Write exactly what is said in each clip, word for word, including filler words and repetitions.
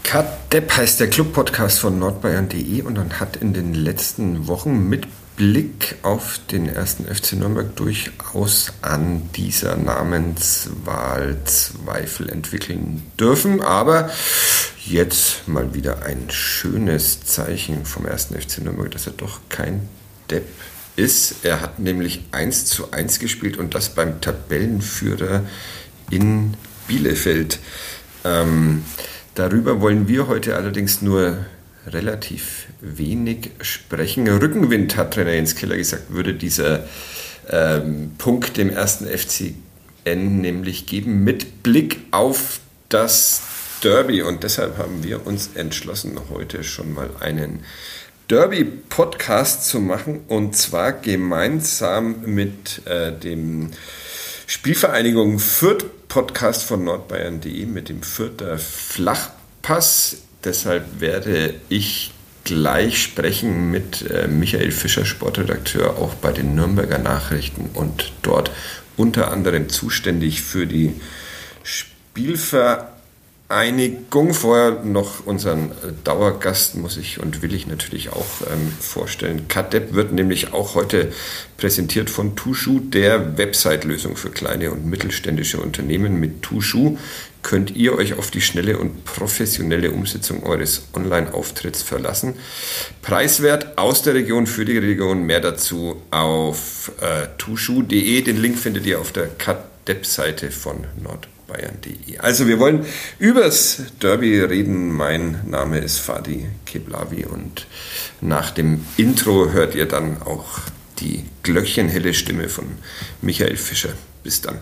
Kadepp heißt der Club-Podcast von nordbayern punkt de und dann hat in den letzten Wochen mit Blick auf den ersten F C Nürnberg durchaus an dieser Namenswahl Zweifel entwickeln dürfen. Aber jetzt mal wieder ein schönes Zeichen vom ersten F C Nürnberg, dass er doch kein Depp ist. Er hat nämlich eins zu eins gespielt und das beim Tabellenführer in Bielefeld. Ähm, darüber wollen wir heute allerdings nur relativ wenig sprechen. Rückenwind, hat Trainer Jens Keller gesagt, würde dieser ähm, Punkt dem ersten F C N nämlich geben, mit Blick auf das Derby. Und deshalb haben wir uns entschlossen, heute schon mal einen Derby-Podcast zu machen. Und zwar gemeinsam mit äh, dem Spielvereinigung Fürth Podcast von nordbayern punkt de mit dem Fürther Flachpass. Deshalb werde ich gleich sprechen mit äh, Michael Fischer, Sportredakteur, auch bei den Nürnberger Nachrichten und dort unter anderem zuständig für die Spielvereinigung. Vorher noch unseren Dauergast muss ich und will ich natürlich auch ähm, vorstellen. Kadepp wird nämlich auch heute präsentiert von Tushu, der Website-Lösung für kleine und mittelständische Unternehmen. Mit Tushu könnt ihr euch auf die schnelle und professionelle Umsetzung eures Online-Auftritts verlassen. Preiswert aus der Region für die Region. Mehr dazu auf äh, tushu punkt de. Den Link findet ihr auf der Kadepp-Seite von nordbayern punkt de. Also wir wollen übers Derby reden. Mein Name ist Fadi Keblavi und nach dem Intro hört ihr dann auch die glöckchenhelle Stimme von Michael Fischer. Bis dann.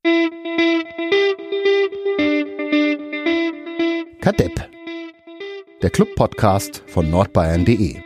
Kadepp, der Club-Podcast von nordbayern punkt de.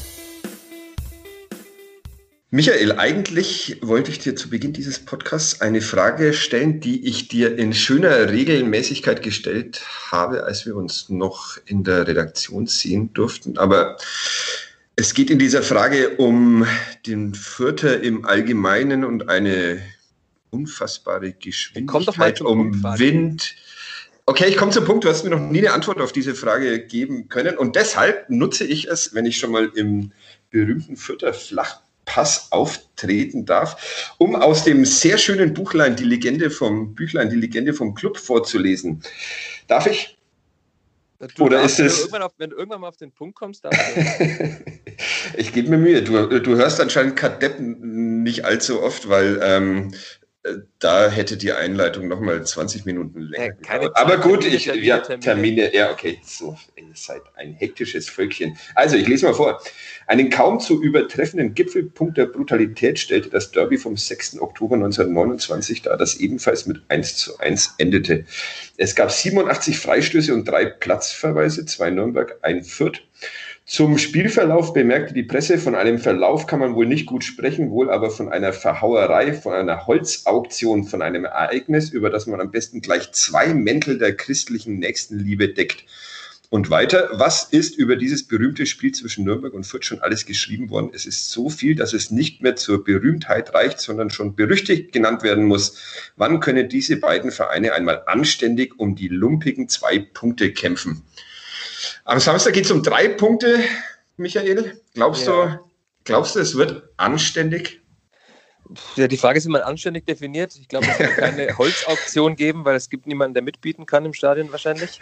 Michael, eigentlich wollte ich dir zu Beginn dieses Podcasts eine Frage stellen, die ich dir in schöner Regelmäßigkeit gestellt habe, als wir uns noch in der Redaktion sehen durften. Aber es geht in dieser Frage um den Fürther im Allgemeinen und eine unfassbare Geschwindigkeit, um Punkt, Wind. Okay, ich komme zum Punkt. Du hast mir noch nie eine Antwort auf diese Frage geben können. Und deshalb nutze ich es, wenn ich schon mal im berühmten Fürther Flachpass auftreten darf, um aus dem sehr schönen Buchlein, die Legende vom Büchlein, die Legende vom Club vorzulesen. Darf ich? Du Oder darfst, ist es... Wenn du, irgendwann auf, wenn du irgendwann mal auf den Punkt kommst, darfst du. Ich gebe mir Mühe. Du, du hörst anscheinend Kadepp nicht allzu oft, weil ähm, da hätte die Einleitung nochmal zwanzig Minuten länger ja, gedauert. Aber gut, ich, Termine, ja, Termine. Termine, ja, okay, so, ihr seid ein hektisches Völkchen. Also, ich lese mal vor. Einen kaum zu übertreffenden Gipfelpunkt der Brutalität stellte das Derby vom sechsten Oktober neunzehnhundertneunundzwanzig dar, das ebenfalls mit eins zu eins endete. Es gab siebenundachtzig Freistöße und drei Platzverweise, zwei Nürnberg, ein Fürth. Zum Spielverlauf bemerkte die Presse, von einem Verlauf kann man wohl nicht gut sprechen, wohl aber von einer Verhauerei, von einer Holzauktion, von einem Ereignis, über das man am besten gleich zwei Mäntel der christlichen Nächstenliebe deckt. Und weiter, was ist über dieses berühmte Spiel zwischen Nürnberg und Fürth schon alles geschrieben worden? Es ist so viel, dass es nicht mehr zur Berühmtheit reicht, sondern schon berüchtigt genannt werden muss. Wann können diese beiden Vereine einmal anständig um die lumpigen zwei Punkte kämpfen? Am Samstag geht es um drei Punkte, Michael. Glaubst, ja. du, glaubst du, es wird anständig? Ja, die Frage ist, wie man anständig definiert. Ich glaube, es wird keine Holzauktion geben, weil es gibt niemanden, der mitbieten kann im Stadion wahrscheinlich.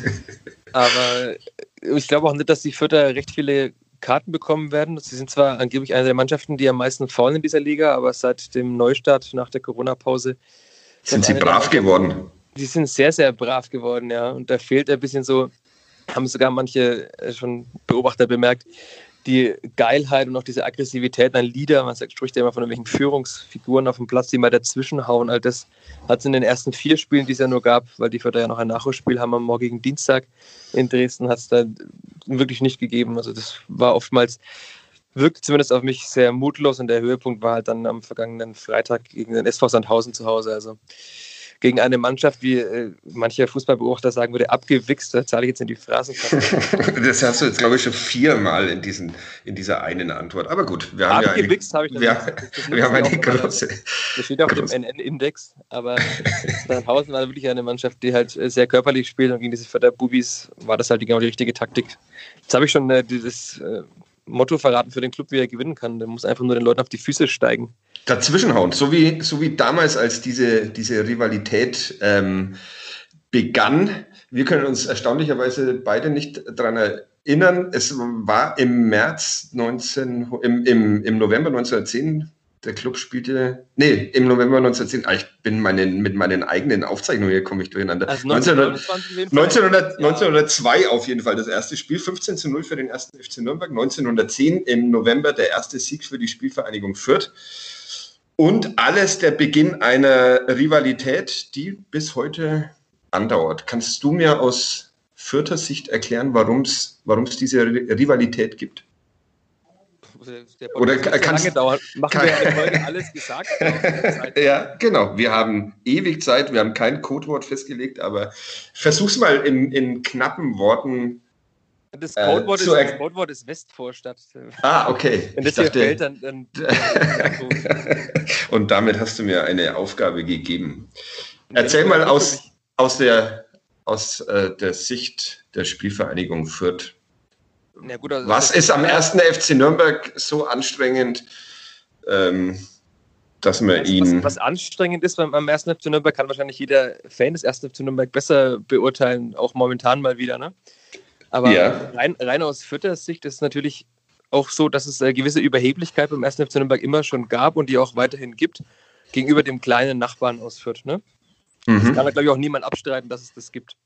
Aber ich glaube auch nicht, dass die Fürther recht viele Karten bekommen werden. Sie sind zwar angeblich eine der Mannschaften, die am meisten faulen in dieser Liga, aber seit dem Neustart nach der Corona-Pause sind sie brav geworden. Sie sind sehr, sehr brav geworden, ja. Und da fehlt ein bisschen so, haben sogar manche schon Beobachter bemerkt, die Geilheit und auch diese Aggressivität an Lieder, man sagt, spricht ja immer von irgendwelchen Führungsfiguren auf dem Platz, die mal dazwischen hauen. All das hat es in den ersten vier Spielen, die es ja nur gab, weil die Fürther ja noch ein Nachholspiel haben am morgigen Dienstag in Dresden, hat es da wirklich nicht gegeben. Also das war oftmals, wirkte zumindest auf mich sehr mutlos und der Höhepunkt war halt dann am vergangenen Freitag gegen den S V Sandhausen zu Hause. Also gegen eine Mannschaft, wie äh, mancher Fußballbeobachter sagen würde, abgewichst. Da zahle ich jetzt in die Phrasenkasse. Das hast du jetzt, glaube ich, schon viermal in, diesen, in dieser einen Antwort. Aber gut, wir haben abgewichst ja habe ich das wir, das, das wir haben eine große. große. Das steht auf große. Dem N N-Index, aber Sandhausen war wirklich eine Mannschaft, die halt sehr körperlich spielt und gegen diese Förderbubis war das halt genau die richtige Taktik. Jetzt habe ich schon äh, dieses äh, Motto verraten für den Club, wie er gewinnen kann. Der muss einfach nur den Leuten auf die Füße steigen. Dazwischenhauen, so wie, so wie damals, als diese, diese Rivalität ähm, begann. Wir können uns erstaunlicherweise beide nicht daran erinnern. Es war im März neunzehn, im, im, im November neunzehnhundertzehn, der Club spielte, nee, im November neunzehnhundertzehn, ah, ich bin meinen, mit meinen eigenen Aufzeichnungen, hier komme ich durcheinander. Also neunzehnhundert, neunzehnhundert, neunzehnhundertzwei auf jeden Fall das erste Spiel, fünfzehn zu null für den ersten F C Nürnberg, neunzehnhundertzehn im November der erste Sieg für die Spielvereinigung Fürth. Und alles der Beginn einer Rivalität, die bis heute andauert. Kannst du mir aus Fürther Sicht erklären, warum es diese Rivalität gibt? Oder kannst lange dauern. Machen kann, wir eine Folge alles gesagt? Ja, genau. Wir haben ewig Zeit, wir haben kein Codewort festgelegt, aber versuch's mal in, in knappen Worten. Das Codewort, äh, ist, das Codewort ist Westvorstadt. Ah, okay. Wenn das ich hier dachte, fällt, dann... dann und damit hast du mir eine Aufgabe gegeben. Erzähl mal aus, aus, der, aus äh, der Sicht der Spielvereinigung Fürth. Ja, gut, also was ist am ersten F C Nürnberg so anstrengend, ähm, dass man was, ihn... Was, was anstrengend ist beim am ersten F C Nürnberg, kann wahrscheinlich jeder Fan des ersten F C Nürnberg besser beurteilen, auch momentan mal wieder, ne? Aber ja. rein, rein aus Fürthers Sicht ist es natürlich auch so, dass es eine gewisse Überheblichkeit beim ersten F C Nürnberg immer schon gab und die auch weiterhin gibt, gegenüber dem kleinen Nachbarn aus Fürth, ne? Mhm. Das kann da, glaube ich, auch niemand abstreiten, dass es das gibt.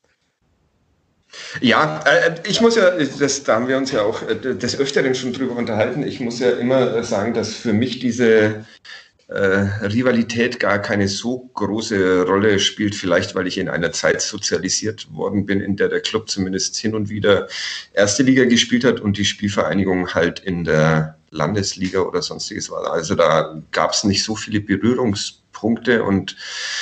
Ja, äh, ich muss ja, das, da haben wir uns ja auch äh, des Öfteren schon drüber unterhalten, ich muss ja immer äh, sagen, dass für mich diese äh, Rivalität gar keine so große Rolle spielt, vielleicht weil ich in einer Zeit sozialisiert worden bin, in der der Club zumindest hin und wieder erste Liga gespielt hat und die Spielvereinigung halt in der Landesliga oder sonstiges war. Also da gab es nicht so viele Berührungspunkte und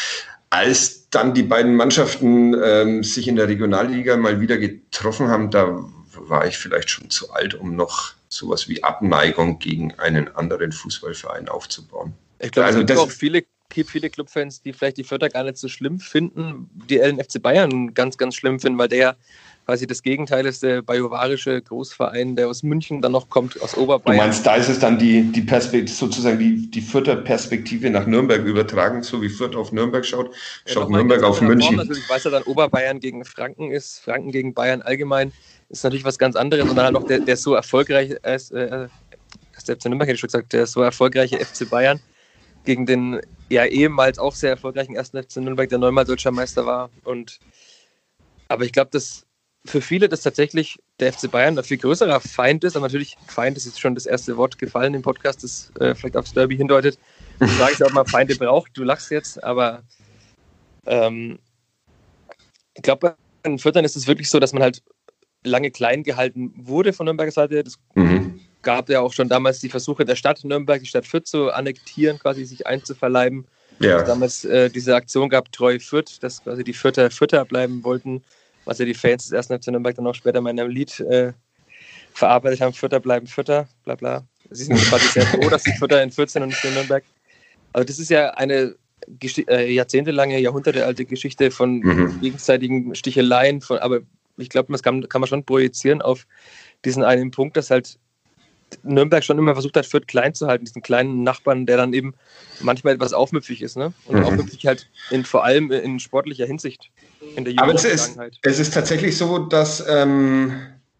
als dann die beiden Mannschaften ähm, sich in der Regionalliga mal wieder getroffen haben, da war ich vielleicht schon zu alt, um noch sowas wie Abneigung gegen einen anderen Fußballverein aufzubauen. Ich glaube, also es gibt auch viele, viele Clubfans, die vielleicht die Fürther gar nicht so schlimm finden, die den F C Bayern ganz, ganz schlimm finden, weil der ja quasi das Gegenteil ist, der bajuwarische Großverein, der aus München dann noch kommt, aus Oberbayern. Du meinst, da ist es dann die, die Perspektive, sozusagen die, die Fürther Perspektive nach Nürnberg übertragen, so wie Fürth auf Nürnberg schaut, schaut ja, Nürnberg auf München. Natürlich, weil es ja dann Oberbayern gegen Franken ist, Franken gegen Bayern allgemein, ist natürlich was ganz anderes und dann halt auch der, der so erfolgreiche, äh, der F C Nürnberg hätte ich schon gesagt, der so erfolgreiche F C Bayern gegen den ja ehemals auch sehr erfolgreichen ersten F C Nürnberg, der neunmal deutscher Meister war. Und aber ich glaube, dass für viele das tatsächlich der F C Bayern ein viel größerer Feind ist, aber natürlich Feind ist jetzt schon das erste Wort gefallen im Podcast, das äh, vielleicht aufs Derby hindeutet. Die Frage ist ja, ob man Feinde braucht, du lachst jetzt, aber ähm, ich glaube, bei den Fürthern ist es wirklich so, dass man halt lange klein gehalten wurde von Nürnberger Seite. Das mhm. gab ja auch schon damals die Versuche der Stadt Nürnberg, die Stadt Fürth zu annektieren, quasi sich einzuverleiben. Ja. Damals äh, diese Aktion gab, Treu Fürth, dass quasi die Fürther Fürther bleiben wollten, was ja die Fans des ersten F C Nürnberg dann auch später mal in einem Lied äh, verarbeitet haben, Fürther bleiben Fürther, bla bla. Sie sind quasi sehr froh, dass die Fürther in Fürth sind und nicht in Nürnberg. Also das ist ja eine Gesch- äh, jahrzehntelange, jahrhundertealte Geschichte von mhm. gegenseitigen Sticheleien, von, aber ich glaube, das kann, kann man schon projizieren auf diesen einen Punkt, dass halt Nürnberg schon immer versucht hat, Fürth klein zu halten, diesen kleinen Nachbarn, der dann eben manchmal etwas aufmüpfig ist, ne? Und mhm. aufmüpfig halt in, vor allem in sportlicher Hinsicht. In der Aber es ist, es ist tatsächlich so, dass ähm,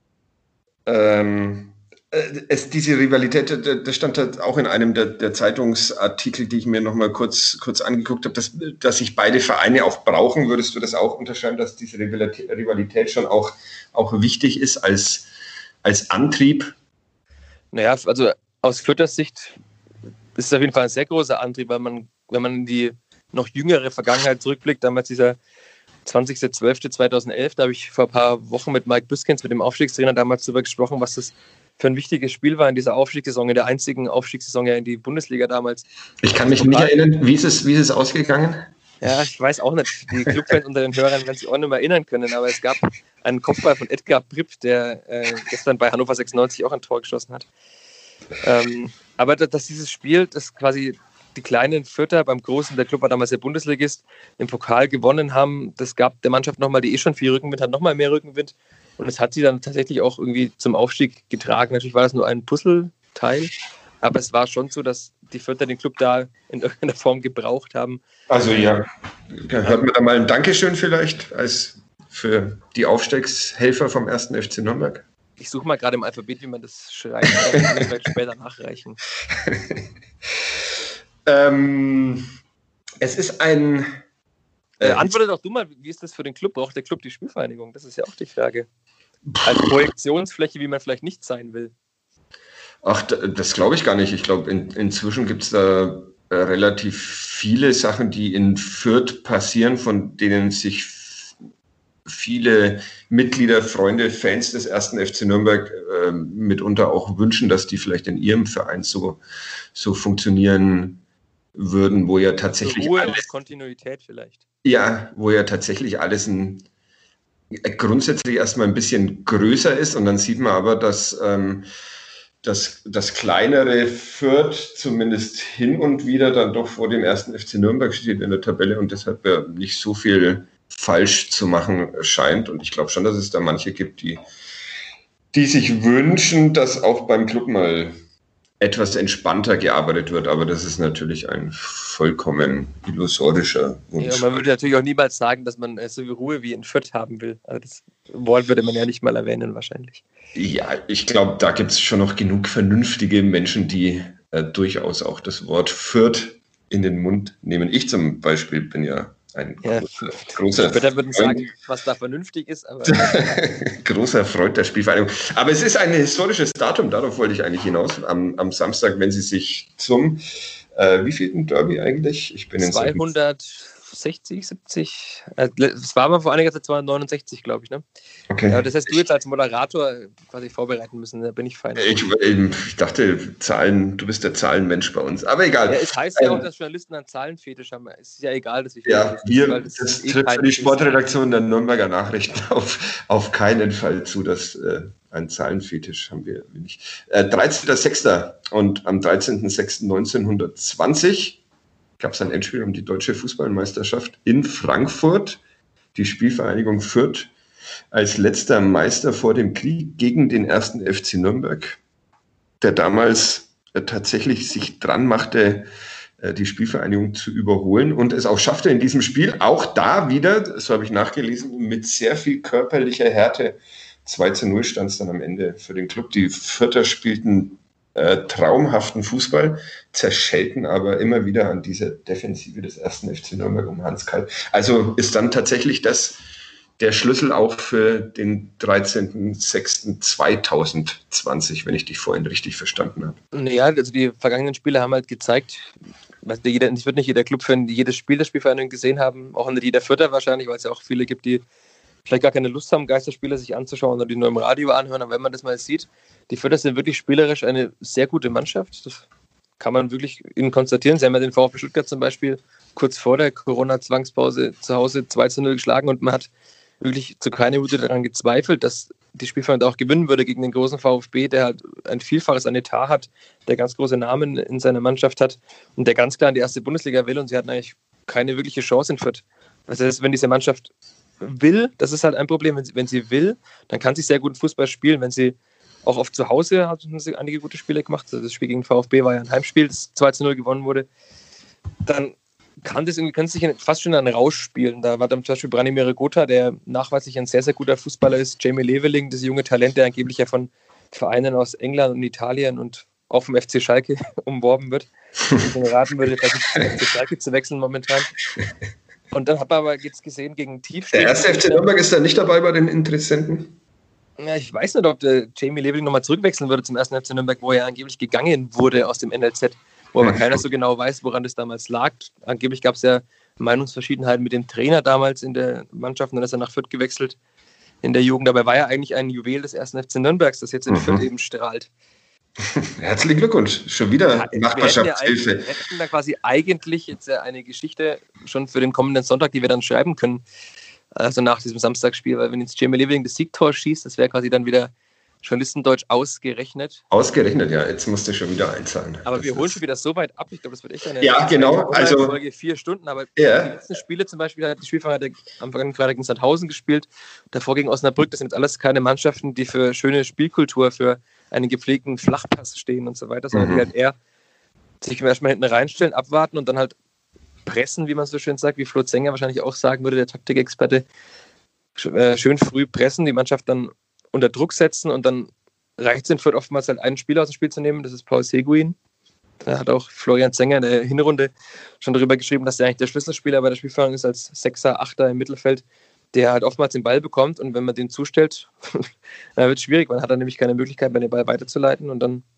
ähm, es diese Rivalität, das stand halt auch in einem der, der Zeitungsartikel, die ich mir nochmal kurz, kurz angeguckt habe, dass, dass sich beide Vereine auch brauchen. Würdest du das auch unterschreiben, dass diese Rivalität schon auch, auch wichtig ist als, als Antrieb? Naja, also aus Fürthers Sicht ist es auf jeden Fall ein sehr großer Antrieb, weil man, wenn man in die noch jüngere Vergangenheit zurückblickt, damals dieser zwanzigster zwölfter zweitausendelf, da habe ich vor ein paar Wochen mit Mike Büskens, mit dem Aufstiegstrainer, damals darüber gesprochen, was das für ein wichtiges Spiel war in dieser Aufstiegssaison, in der einzigen Aufstiegssaison ja in die Bundesliga damals. Ich kann mich nicht erinnern, wie ist es, wie ist es ausgegangen? Ja, ich weiß auch nicht. Die Clubfans unter den Hörern werden sich auch nicht mehr erinnern können, aber es gab einen Kopfball von Edgar Pripp, der äh, gestern bei Hannover sechsundneunzig auch ein Tor geschossen hat. Ähm, aber dass dieses Spiel, das quasi die kleinen Fürther beim Großen, der Club war damals der Bundesligist, im Pokal gewonnen haben, das gab der Mannschaft nochmal, die eh schon viel Rückenwind hat, nochmal mehr Rückenwind. Und es hat sie dann tatsächlich auch irgendwie zum Aufstieg getragen. Natürlich war das nur ein Puzzleteil, aber es war schon so, dass die Fürther den Club da in irgendeiner Form gebraucht haben. Also ja, hört man da mal ein Dankeschön vielleicht als für die Aufstiegshelfer vom ersten F C Nürnberg? Ich suche mal gerade im Alphabet, wie man das schreibt, dann kann ich vielleicht später nachreichen. ähm, es ist ein... Äh, antworte doch du mal, wie ist das für den Club? Braucht der Club die Spielvereinigung? Das ist ja auch die Frage. Als Projektionsfläche, wie man vielleicht nicht sein will. Ach, das glaube ich gar nicht. Ich glaube, in, inzwischen gibt es da äh, relativ viele Sachen, die in Fürth passieren, von denen sich f- viele Mitglieder, Freunde, Fans des ersten F C Nürnberg äh, mitunter auch wünschen, dass die vielleicht in ihrem Verein so, so funktionieren würden, wo ja tatsächlich Ruhe alles, und Kontinuität vielleicht. Ja, wo ja tatsächlich alles ein, grundsätzlich erstmal ein bisschen größer ist und dann sieht man aber, dass ähm, das, das kleinere Fürth zumindest hin und wieder dann doch vor dem ersten F C Nürnberg steht in der Tabelle und deshalb ja nicht so viel falsch zu machen scheint. Und ich glaube schon, dass es da manche gibt, die, die sich wünschen, dass auch beim Club mal etwas entspannter gearbeitet wird. Aber das ist natürlich ein vollkommen illusorischer Wunsch. Ja, man würde natürlich auch niemals sagen, dass man so viel Ruhe wie in Fürth haben will. Also das Wort würde man ja nicht mal erwähnen wahrscheinlich. Ja, ich glaube, da gibt es schon noch genug vernünftige Menschen, die äh, durchaus auch das Wort Fürth in den Mund nehmen. Ich zum Beispiel bin ja ein ja, großer, großer Später würden sagen, was da vernünftig ist. Aber großer Freund der Spielvereinigung. Aber es ist ein historisches Datum, darauf wollte ich eigentlich hinaus. Am, am Samstag, wenn Sie sich zum, äh, wie vielten Derby eigentlich? Ich bin zweihundertsechzig, siebzig. Äh, es war mal vor einiger Zeit zweihundertneunundsechzig, glaube ich. Ne? Okay. Ja, das heißt, du jetzt als Moderator quasi vorbereiten müssen, da bin ich fein. Ich, ich dachte, Zahlen, du bist der Zahlenmensch bei uns, aber egal. Ja, es heißt ja auch, dass Journalisten einen Zahlenfetisch haben. Es ist ja egal, dass ich Ja, wir, weil das, das eh trifft für die ist. Sportredaktion der Nürnberger Nachrichten auf, auf keinen Fall zu, dass äh, ein Zahlenfetisch haben wir nicht. Äh, dreizehnter sechster und am dreizehnten sechsten neunzehnhundertzwanzig gab es ein Endspiel um die deutsche Fußballmeisterschaft in Frankfurt. Die Spielvereinigung Fürth als letzter Meister vor dem Krieg gegen den ersten F C Nürnberg, der damals äh, tatsächlich sich dran machte, äh, die Spielvereinigung zu überholen und es auch schaffte in diesem Spiel, auch da wieder, so habe ich nachgelesen, mit sehr viel körperlicher Härte. zwei zu null stand es dann am Ende für den Club. Die Fürther spielten äh, traumhaften Fußball, zerschellten aber immer wieder an dieser Defensive des ersten F C Nürnberg um Hans Kalt. Also ist dann tatsächlich das der Schlüssel auch für den dreizehnten sechsten zweitausendzwanzig, wenn ich dich vorhin richtig verstanden habe. Ja, also die vergangenen Spiele haben halt gezeigt, was jeder, es wird nicht jeder Clubfan jedes Spiel der Spielvereinigung gesehen haben, auch nicht jeder Fürther wahrscheinlich, weil es ja auch viele gibt, die vielleicht gar keine Lust haben, Geisterspiele sich anzuschauen oder die nur im Radio anhören. Aber wenn man das mal sieht, die Fürther sind wirklich spielerisch eine sehr gute Mannschaft. Das kann man wirklich ihnen konstatieren. Sie haben ja den VfB Stuttgart zum Beispiel kurz vor der Corona-Zwangspause zu Hause zwei zu null geschlagen und man hat wirklich zu keiner Minute daran gezweifelt, dass die Spielvereinigung auch gewinnen würde gegen den großen VfB, der halt ein Vielfaches an Etat hat, der ganz große Namen in seiner Mannschaft hat und der ganz klar in die erste Bundesliga will und sie hatten eigentlich keine wirkliche Chance in Fürth. Das heißt, wenn diese Mannschaft will, das ist halt ein Problem, wenn sie, wenn sie will, dann kann sie sehr gut Fußball spielen, wenn sie auch oft zu Hause haben sie einige gute Spiele gemacht, das Spiel gegen den VfB war ja ein Heimspiel, das zwei zu null gewonnen wurde, dann kann das irgendwie, kann sich fast schon einen Rausch spielen. Da war dann zum Beispiel Branimir Gotha, der nachweislich ein sehr, sehr guter Fußballer ist. Jamie Leveling, das junge Talent, der angeblich ja von Vereinen aus England und Italien und auch vom F C Schalke umworben wird. Ich raten würde, vielleicht zum F C Schalke zu wechseln momentan. Und dann hat man aber jetzt gesehen, gegen Tiefstehen. Der erste F C Nürnberg ist da nicht dabei bei den Interessenten? Ja, ich weiß nicht, ob der Jamie Leveling nochmal zurückwechseln würde zum ersten F C Nürnberg, wo er angeblich gegangen wurde aus dem N L Z. Wo aber keiner so genau weiß, woran das damals lag. Angeblich gab es ja Meinungsverschiedenheiten mit dem Trainer damals in der Mannschaft, und dann ist er nach Fürth gewechselt in der Jugend. Dabei war er eigentlich ein Juwel des ersten F C Nürnbergs, das jetzt in mhm. Fürth eben strahlt. Herzlichen Glückwunsch. Schon wieder Ja, Nachbarschaftshilfe. Wir hätten da quasi eigentlich jetzt eine Geschichte schon für den kommenden Sonntag, die wir dann schreiben können. Also nach diesem Samstagsspiel, weil wenn jetzt Jamie Levering das Siegtor schießt, das wäre quasi dann wieder Journalistendeutsch ausgerechnet. Ausgerechnet, ja. Jetzt musst du schon wieder einzahlen. Aber das wir holen schon wieder so weit ab. Ich glaube, das wird echt eine ja, genau. Also Folge vier Stunden. Aber ja. Die letzten Spiele zum Beispiel, hat die Spielverein am vergangenen Freitag in Sandhausen gespielt. Davor gegen Osnabrück. Das sind jetzt alles keine Mannschaften, die für schöne Spielkultur, für einen gepflegten Flachpass stehen und so weiter, sondern mhm. die halt eher sich erstmal hinten reinstellen, abwarten und dann halt pressen, wie man so schön sagt, wie Flo Zenger wahrscheinlich auch sagen würde, der Taktikexperte. Schön früh pressen, die Mannschaft dann unter Druck setzen und dann reicht es in Fürth oftmals halt einen Spieler aus dem Spiel zu nehmen, das ist Paul Seguin. Da hat auch Florian Zenger in der Hinrunde schon darüber geschrieben, dass der eigentlich der Schlüsselspieler bei der Spielführung ist als Sechser, Achter im Mittelfeld, der halt oftmals den Ball bekommt und wenn man den zustellt, dann wird es schwierig, man hat dann nämlich keine Möglichkeit, den Ball weiterzuleiten und dann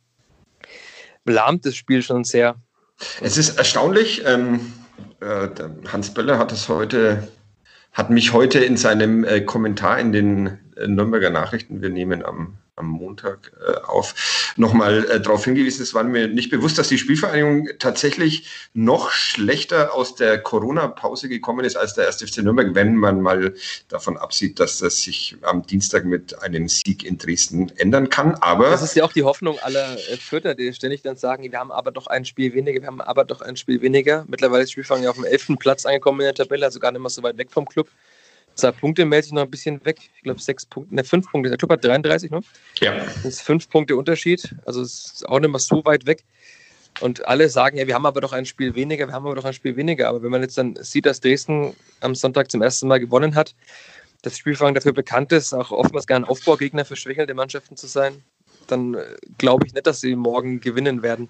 lahmt das Spiel schon sehr. Es ist erstaunlich, ähm, äh, Hans Böller hat es heute hat mich heute in seinem äh, Kommentar in den äh, Nürnberger Nachrichten, wir nehmen am, am Montag äh, auf, nochmal äh, darauf hingewiesen, es war mir nicht bewusst, dass die Spielvereinigung tatsächlich noch schlechter aus der Corona-Pause gekommen ist als der erste F C Nürnberg, wenn man mal davon absieht, dass das sich am Dienstag mit einem Sieg in Dresden ändern kann. Aber das ist ja auch die Hoffnung aller äh, Fürther, die ständig dann sagen, wir haben aber doch ein Spiel weniger, wir haben aber doch ein Spiel weniger. Mittlerweile ist die Spielvereinigung ja auf dem elften Platz angekommen in der Tabelle, also gar nicht mehr so weit weg vom Club. Zwei Punkte mäßig noch ein bisschen weg. Ich glaube, sechs Punkte, ne, fünf Punkte. Der Club hat dreiunddreißig, ne? Ja. Das ist fünf Punkte Unterschied. Also es ist auch nicht mehr so weit weg. Und alle sagen, ja, wir haben aber doch ein Spiel weniger, wir haben aber doch ein Spiel weniger. Aber wenn man jetzt dann sieht, dass Dresden am Sonntag zum ersten Mal gewonnen hat, das Spielverein dafür bekannt ist, auch oftmals gar ein Aufbaugegner für schwächelnde Mannschaften zu sein, dann äh, glaube ich nicht, dass sie morgen gewinnen werden.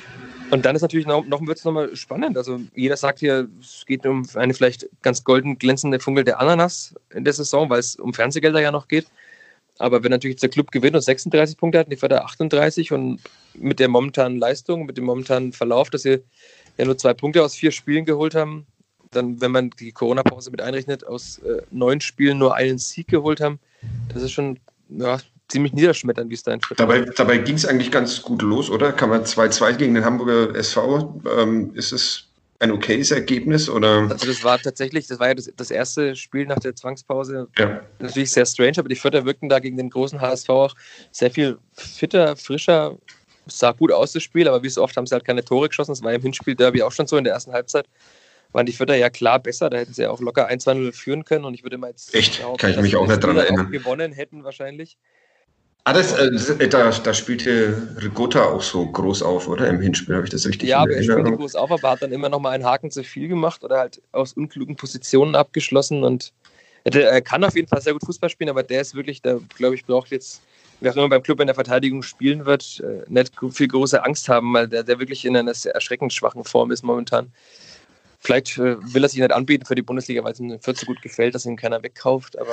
Und dann ist natürlich noch, noch wird es nochmal spannend. Also jeder sagt hier, es geht um eine vielleicht ganz golden glänzende Funkel der Ananas in der Saison, weil es um Fernsehgelder ja noch geht. Aber wenn natürlich jetzt der Club gewinnt und sechsunddreißig Punkte hat, die Förder achtunddreißig und mit der momentanen Leistung, mit dem momentanen Verlauf, dass sie ja nur zwei Punkte aus vier Spielen geholt haben, dann, wenn man die Corona-Pause mit einrechnet, aus äh, neun Spielen nur einen Sieg geholt haben, das ist schon ja, ziemlich niederschmetternd, wie es da in Schritt Dabei, dabei ging es eigentlich ganz gut los, oder? Kann man zwei zwei gegen den Hamburger S V, ähm, ist es ein okayes Ergebnis? Oder? Also das war tatsächlich, das war ja das, das erste Spiel nach der Zwangspause. Ja. Natürlich sehr strange, aber die Fürther wirkten da gegen den großen H S V auch sehr viel fitter, frischer. Es sah gut aus, das Spiel, aber wie so oft haben sie halt keine Tore geschossen. Das war im Hinspiel Derby auch schon so in der ersten Halbzeit. Waren die Fürther ja klar besser, da hätten sie ja auch locker eins zwei null führen können und ich würde mal jetzt echt, kann ich mich auch nicht dran erinnern. Auch gewonnen hätten wahrscheinlich. Ah, das, äh, da, da spielte Rigotta auch so groß auf, oder? Im Hinspiel, habe ich das richtig Ja, aber er spielte groß auf, aber hat dann immer noch mal einen Haken zu viel gemacht oder halt aus unklugen Positionen abgeschlossen und er kann auf jeden Fall sehr gut Fußball spielen, aber der ist wirklich, der glaube ich, braucht jetzt, wer auch immer beim Club in der Verteidigung spielen wird, nicht viel große Angst haben, weil der, der wirklich in einer sehr erschreckend schwachen Form ist momentan. Vielleicht äh, will er sich nicht anbieten für die Bundesliga, weil es ihm Fürth so gut gefällt, dass ihn keiner wegkauft. Aber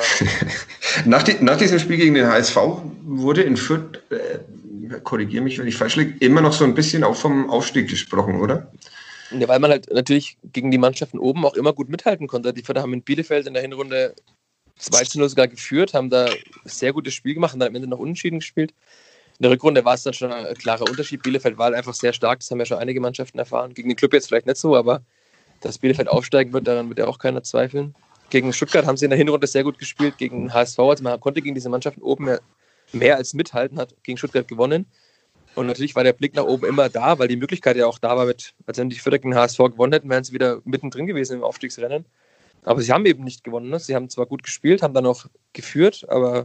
nach, die, nach diesem Spiel gegen den H S V wurde in Fürth, äh, korrigiere mich, wenn ich falsch liege, immer noch so ein bisschen auch vom Aufstieg gesprochen, oder? Ja, weil man halt natürlich gegen die Mannschaften oben auch immer gut mithalten konnte. Die Fürther haben in Bielefeld in der Hinrunde zwei zu null sogar geführt, haben da ein sehr gutes Spiel gemacht und dann am Ende noch unentschieden gespielt. In der Rückrunde war es dann schon ein klarer Unterschied. Bielefeld war halt einfach sehr stark, das haben ja schon einige Mannschaften erfahren. Gegen den Club jetzt vielleicht nicht so, aber dass Bielefeld aufsteigen wird, daran wird ja auch keiner zweifeln. Gegen Stuttgart haben sie in der Hinrunde sehr gut gespielt, gegen H S V, also man konnte gegen diese Mannschaften oben mehr, mehr als mithalten, hat gegen Stuttgart gewonnen. Und natürlich war der Blick nach oben immer da, weil die Möglichkeit ja auch da war, mit, als wenn die Fürther gegen H S V gewonnen hätten, wären sie wieder mittendrin gewesen im Aufstiegsrennen. Aber sie haben eben nicht gewonnen. Ne? Sie haben zwar gut gespielt, haben dann auch geführt, aber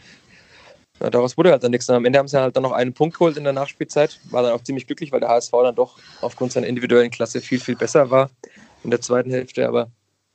ja, daraus wurde halt dann nichts. Und am Ende haben sie halt dann noch einen Punkt geholt in der Nachspielzeit. War dann auch ziemlich glücklich, weil der H S V dann doch aufgrund seiner individuellen Klasse viel, viel besser war in der zweiten Hälfte. Aber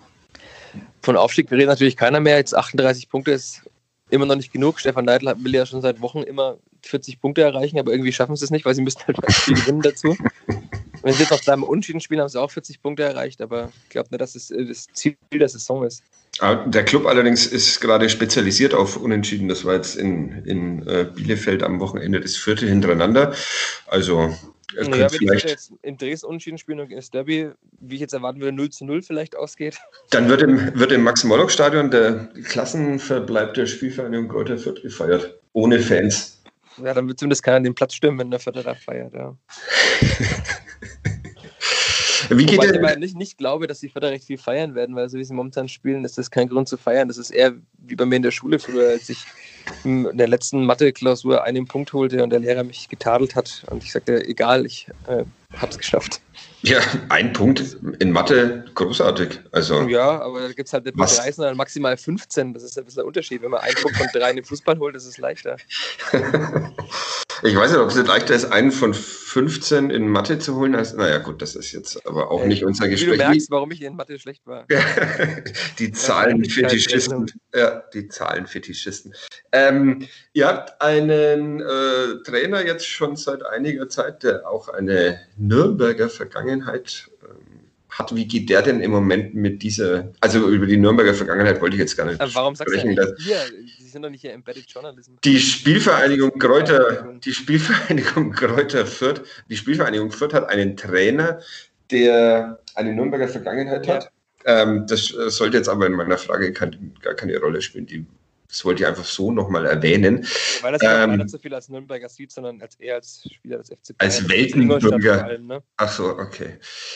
von Aufstieg redet natürlich keiner mehr. Jetzt achtunddreißig Punkte ist immer noch nicht genug. Stefan Neidl will ja schon seit Wochen immer vierzig Punkte erreichen, aber irgendwie schaffen sie es nicht, weil sie müssten halt ein Spiel gewinnen dazu. Wenn sie jetzt noch dreimal unentschieden spielen, haben sie auch vierzig Punkte erreicht, aber ich glaube nicht, dass es das Ziel der Saison ist. Der Club allerdings ist gerade spezialisiert auf Unentschieden. Das war jetzt in, in äh, Bielefeld am Wochenende das vierte hintereinander. Also ja, wenn vielleicht jetzt im Dresden unentschieden spielen und das Derby, wie ich jetzt erwarten würde, null zu null vielleicht ausgeht. Dann wird im, wird im Max-Morlock-Stadion der Klassenverbleib der Spielvereinigung Greuther Fürth gefeiert. Ohne Fans. Ja, dann wird zumindest keiner den Platz stürmen, wenn der Förderer feiert, ja. Wie geht Wobei ich denn? aber nicht, nicht glaube, dass die Förderer recht viel feiern werden, weil so wie sie momentan spielen, ist das kein Grund zu feiern. Das ist eher wie bei mir in der Schule früher, als ich in der letzten Mathe-Klausur einen Punkt holte und der Lehrer mich getadelt hat und ich sagte, egal, ich äh, hab's geschafft. Ja, ein Punkt in Mathe, großartig. Also, Ja, aber da gibt es halt nicht nur Was? drei, sondern maximal fünfzehn. Das ist ein bisschen der Unterschied. Wenn man einen Punkt von drei in den Fußball holt, ist es leichter. ich weiß nicht, ob es nicht leichter ist, einen von fünfzehn in Mathe zu holen. Als, naja, gut, das ist jetzt aber auch nicht unser Wie du Gespräch. merkst, warum ich in Mathe schlecht war. die Zahlenfetischisten. Ja, die Zahlenfetischisten. Ähm, ihr habt einen äh, Trainer jetzt schon seit einiger Zeit, der auch eine Nürnberger Vergangenheit ähm, hat. Wie geht der denn im Moment mit dieser, also über die Nürnberger Vergangenheit wollte ich jetzt gar nicht Aber warum sagst sprechen. du dass- eigentlich hier? Die sind doch nicht hier Embedded Journalism. Die Spielvereinigung Kräuter, die Spielvereinigung Kräuter Fürth, die Spielvereinigung Fürth hat einen Trainer, der eine Nürnberger Vergangenheit Ja. hat. Ähm, das äh, sollte jetzt aber in meiner Frage kein, gar keine Rolle spielen. Die, das wollte ich einfach so nochmal erwähnen. Weil das ja Ähm, nicht so viel als Nürnberger sieht, sondern als eher als Spieler des F C Als Bayern. Weltenbürger. Ingolstadt vor allem, ne? Ach so, okay.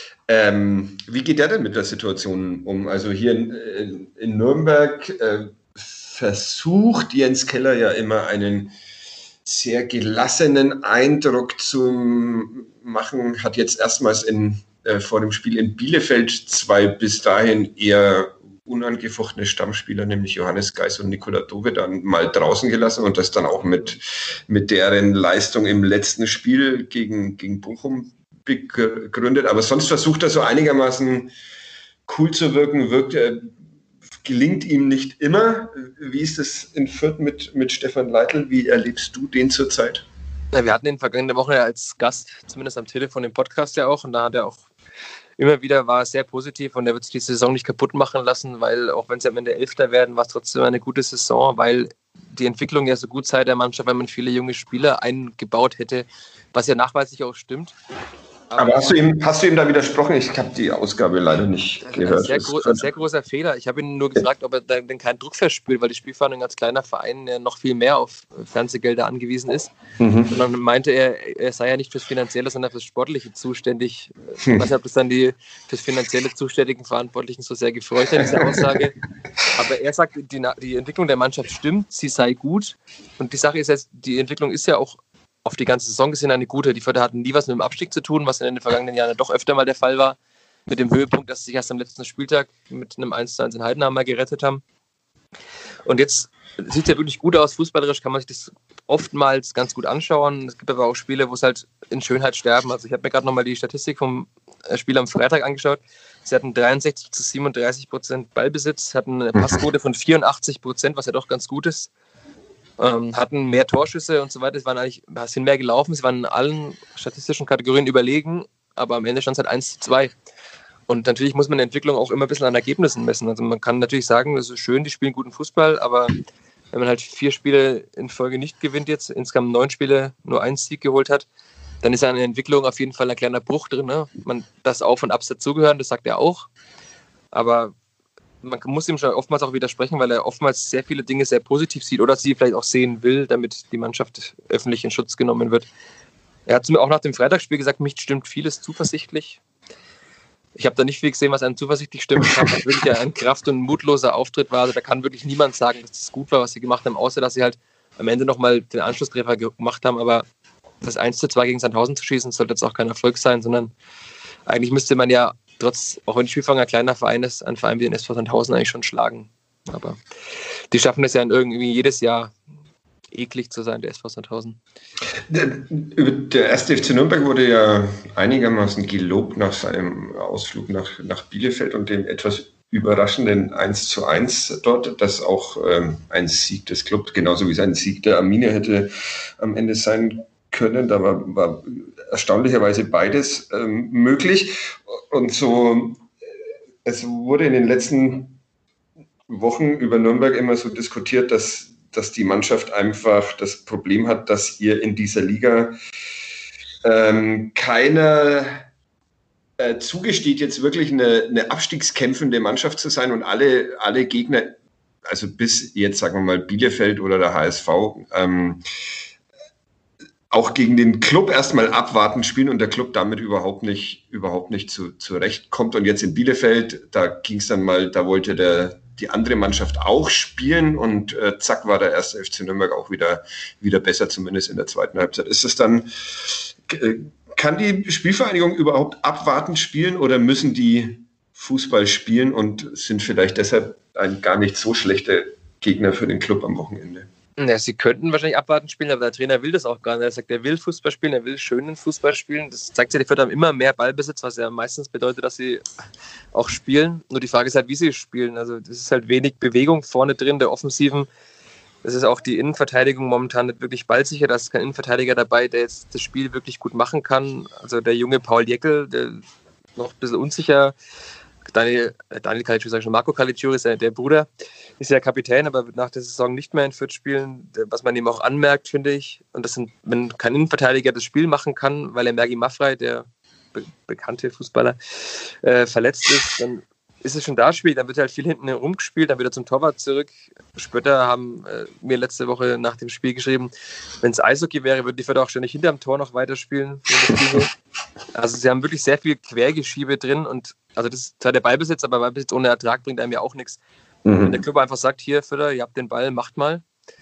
Ähm, wie geht der denn mit der Situation um? Also hier in, in, in Nürnberg äh, versucht Jens Keller ja immer einen sehr gelassenen Eindruck zu machen, hat jetzt erstmals in, äh, vor dem Spiel in Bielefeld zwei bis dahin eher unangefochtene Stammspieler, nämlich Johannes Geis und Nikola Dove, dann mal draußen gelassen und das dann auch mit, mit deren Leistung im letzten Spiel gegen, gegen Bochum begründet. Aber sonst versucht er so einigermaßen cool zu wirken, wirkt er, gelingt ihm nicht immer. Wie ist es in Fürth mit, mit Stefan Leitl? Wie erlebst du den zurzeit? Ja, wir hatten ihn vergangene Woche als Gast, zumindest am Telefon im Podcast ja auch, und da hat er auch immer wieder, war sehr positiv und er wird sich die Saison nicht kaputt machen lassen, weil auch wenn sie am Ende Elfter werden, war es trotzdem eine gute Saison, weil die Entwicklung ja so gut sei der Mannschaft, weil man viele junge Spieler eingebaut hätte, was ja nachweislich auch stimmt. Aber hast du ihm, hast du ihm da widersprochen? Ich habe die Ausgabe leider nicht gehört. Ein sehr, gro- ein sehr großer Fehler. Ich habe ihn nur gefragt, ob er denn keinen Druck verspürt, weil die Spielvereinigung als kleiner Verein ja noch viel mehr auf Fernsehgelder angewiesen ist. Mhm. Und dann meinte er, er sei ja nicht fürs Finanzielle, sondern fürs Sportliche zuständig. Ich weiß nicht, ob das dann die fürs Finanzielle zuständigen Verantwortlichen so sehr gefreut hat, diese Aussage. Aber er sagt, die, die Entwicklung der Mannschaft stimmt, sie sei gut. Und die Sache ist jetzt, die Entwicklung ist ja auch auf die ganze Saison gesehen eine gute. Die Förder hatten nie was mit dem Abstieg zu tun, was in den vergangenen Jahren doch öfter mal der Fall war. Mit dem Höhepunkt, dass sie sich erst am letzten Spieltag mit einem eins zu eins in Heidenheim mal gerettet haben. Und jetzt sieht es ja wirklich gut aus. Fußballerisch kann man sich das oftmals ganz gut anschauen. Es gibt aber auch Spiele, wo es halt in Schönheit sterben. Also ich habe mir gerade nochmal die Statistik vom Spiel am Freitag angeschaut. Sie hatten dreiundsechzig zu siebenunddreißig Prozent Ballbesitz, hatten eine Passquote von vierundachtzig Prozent, was ja doch ganz gut ist. Ähm, hatten mehr Torschüsse und so weiter. Es waren eigentlich, sind mehr gelaufen, sie waren in allen statistischen Kategorien überlegen, aber am Ende stand es halt eins zu zwei. Und natürlich muss man die Entwicklung auch immer ein bisschen an Ergebnissen messen. Also man kann natürlich sagen, das ist schön, die spielen guten Fußball, aber wenn man halt vier Spiele in Folge nicht gewinnt jetzt, insgesamt neun Spiele nur einen Sieg geholt hat, dann ist an der Entwicklung auf jeden Fall ein kleiner Bruch drin. Ne? Man, das Auf und Abs dazugehören, das sagt er auch. Aber man muss ihm schon oftmals auch widersprechen, weil er oftmals sehr viele Dinge sehr positiv sieht oder sie vielleicht auch sehen will, damit die Mannschaft öffentlich in Schutz genommen wird. Er hat mir auch nach dem Freitagsspiel gesagt, mich stimmt vieles zuversichtlich. Ich habe da nicht viel gesehen, was einem zuversichtlich stimmt. Ich habe wirklich ein kraft- und mutloser Auftritt war. Also da kann wirklich niemand sagen, dass das gut war, was sie gemacht haben, außer dass sie halt am Ende nochmal den Anschlusstreffer gemacht haben. Aber das eins zu zwei gegen Sandhausen zu schießen, sollte jetzt auch kein Erfolg sein, sondern eigentlich müsste man ja trotz, auch wenn die Spielverein ein kleiner Verein ist, einen Verein wie den S V Sandhausen eigentlich schon schlagen. Aber die schaffen es ja irgendwie jedes Jahr eklig zu sein, der S V Sandhausen. Der, der erste F C Nürnberg wurde ja einigermaßen gelobt nach seinem Ausflug nach, nach Bielefeld und dem etwas überraschenden eins zu eins dort, das auch ähm, ein Sieg des Clubs, genauso wie sein Sieg der Arminia hätte am Ende sein können. Da war, war erstaunlicherweise beides ähm, möglich. Und so, es wurde in den letzten Wochen über Nürnberg immer so diskutiert, dass, dass die Mannschaft einfach das Problem hat, dass ihr in dieser Liga ähm, keiner äh, zugesteht, jetzt wirklich eine, eine abstiegskämpfende Mannschaft zu sein und alle, alle Gegner, also bis jetzt sagen wir mal Bielefeld oder der H S V, ähm, auch gegen den Club erstmal abwarten spielen und der Club damit überhaupt nicht, überhaupt nicht zu, zurechtkommt. Und jetzt in Bielefeld, da ging es dann mal, da wollte der, die andere Mannschaft auch spielen und äh, zack war der erste F C Nürnberg auch wieder, wieder besser, zumindest in der zweiten Halbzeit. Ist es dann, äh, kann die Spielvereinigung überhaupt abwartend spielen oder müssen die Fußball spielen und sind vielleicht deshalb ein gar nicht so schlechter Gegner für den Club am Wochenende? Ja, sie könnten wahrscheinlich abwarten spielen, aber der Trainer will das auch gar nicht. Er sagt, er will Fußball spielen, er will schönen Fußball spielen. Das zeigt sich, die Fürth haben immer mehr Ballbesitz, was ja meistens bedeutet, dass sie auch spielen. Nur die Frage ist halt, wie sie spielen. Also das ist halt wenig Bewegung vorne drin, der Offensiven. Das ist auch die Innenverteidigung momentan nicht wirklich ballsicher. Da ist kein Innenverteidiger dabei, der jetzt das Spiel wirklich gut machen kann. Also der junge Paul Jäckel, der noch ein bisschen unsicher. Daniel, Daniel Caligiuri, schon Marco Caligiuri ist ja der Bruder, ist ja Kapitän, aber wird nach der Saison nicht mehr in Fürth spielen, was man ihm auch anmerkt, finde ich. Und das sind, wenn kein Innenverteidiger das Spiel machen kann, weil er Mergi Maffrey, der be- bekannte Fußballer, äh, verletzt ist, dann ist es schon da schwierig, dann wird halt viel hinten rumgespielt, dann wieder zum Torwart zurück. Spötter haben äh, mir letzte Woche nach dem Spiel geschrieben, wenn es Eishockey wäre, würden die Fürth auch ständig hinterm Tor noch weiterspielen. Also sie haben wirklich sehr viel Quergeschiebe drin und also das ist zwar der Ballbesitz, aber Ballbesitz ohne Ertrag bringt einem ja auch nichts. Mhm. Wenn der Club einfach sagt, hier Fürther, ihr habt den Ball, macht mal.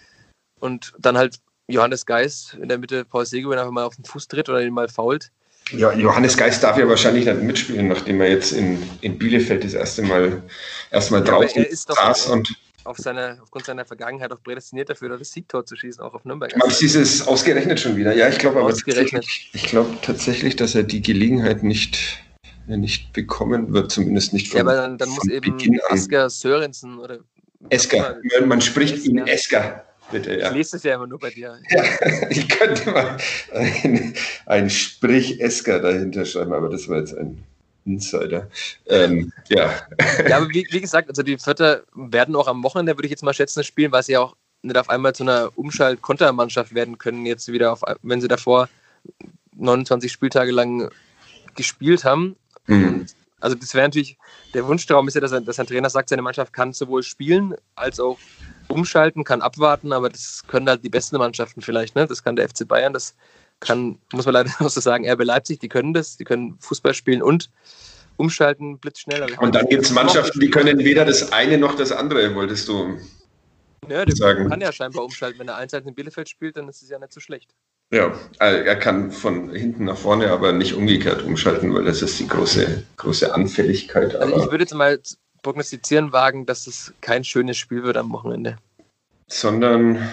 Und dann halt Johannes Geist in der Mitte, Paul Seguin einfach mal auf den Fuß tritt oder ihn mal fault. Ja, Johannes Geist darf ja wahrscheinlich nicht mitspielen, nachdem er jetzt in, in Bielefeld das erste Mal, erst mal ja, draußen er ist doch saß. Und auf seine, aufgrund seiner Vergangenheit auch prädestiniert dafür, das Siegtor zu schießen, auch auf Nürnberg. Aber ist dieses ausgerechnet schon wieder? Ja, ich glaube aber ausgerechnet. tatsächlich, ich glaube tatsächlich, dass er die Gelegenheit nicht, nicht bekommen wird, zumindest nicht von Ja, aber dann, dann muss eben Asker Sörensen oder Esker, man, man spricht ihn ja. Esker. Bitte, ja. Ich lese es ja immer nur bei dir. Ja, ich könnte mal ein, ein Sprich Esker dahinter schreiben, aber das war jetzt ein Insider. Ähm, ja. Ja, aber wie, wie gesagt, also die Vierter werden auch am Wochenende, würde ich jetzt mal schätzen, spielen, weil sie ja auch nicht auf einmal zu einer Umschalt-Kontermannschaft werden können, jetzt wieder, auf, wenn sie davor neunundzwanzig Spieltage lang gespielt haben. Mhm. Also das wäre natürlich, der Wunschtraum ist ja, dass, er, dass ein Trainer sagt, seine Mannschaft kann sowohl spielen, als auch umschalten, kann abwarten, aber das können halt die besten Mannschaften vielleicht, ne? Das kann der F C Bayern, das kann, muss man leider auch so sagen, R B Leipzig, die können das, die können Fußball spielen und umschalten blitzschnell. Also und dann gibt es Mannschaften, die können weder das eine noch das andere, wolltest du ja, der sagen. Kann ja scheinbar umschalten. Wenn er eins in Bielefeld spielt, dann ist es ja nicht so schlecht. Ja, er kann von hinten nach vorne, aber nicht umgekehrt umschalten, weil das ist die große, große Anfälligkeit. Also aber ich würde jetzt mal prognostizieren wagen, dass es kein schönes Spiel wird am Wochenende. Sondern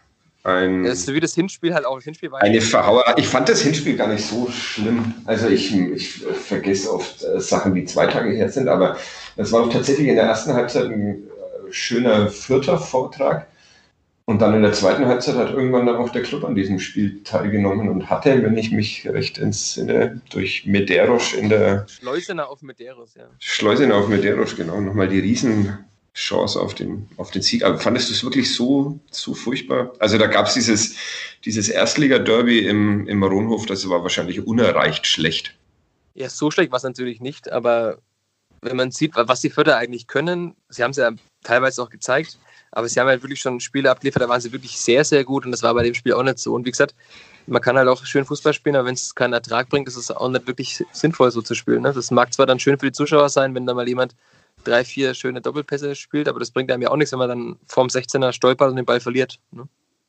ein... Das ist so wie das Hinspiel halt auch. Das Hinspiel war eine Verhauer. Ich fand das Hinspiel gar nicht so schlimm. Also ich, ich vergesse oft äh, Sachen, die zwei Tage her sind, aber das war doch tatsächlich in der ersten Halbzeit ein äh, schöner vierter Vortrag. Und dann in der zweiten Halbzeit hat irgendwann dann auch der Club an diesem Spiel teilgenommen und hatte, wenn ich mich recht entsinne, durch Medeiros in der... Schleusener auf Medeiros, ja. Schleusener auf Medeiros, genau. Nochmal die Riesenchance auf den, auf den Sieg. Aber fandest du es wirklich so, so furchtbar? Also da gab es dieses, dieses Erstliga-Derby im, im Ronhof, das war wahrscheinlich unerreicht schlecht. Ja, so schlecht war es natürlich nicht, aber wenn man sieht, was die Vierter eigentlich können, sie haben es ja teilweise auch gezeigt, aber sie haben halt wirklich schon Spiele abgeliefert, da waren sie wirklich sehr, sehr gut und das war bei dem Spiel auch nicht so. Und wie gesagt, man kann halt auch schön Fußball spielen, aber wenn es keinen Ertrag bringt, ist es auch nicht wirklich sinnvoll, so zu spielen. Ne? Das mag zwar dann schön für die Zuschauer sein, wenn da mal jemand drei, vier schöne Doppelpässe spielt, aber das bringt einem ja auch nichts, wenn man dann vorm sechzehner stolpert und den Ball verliert. Ne?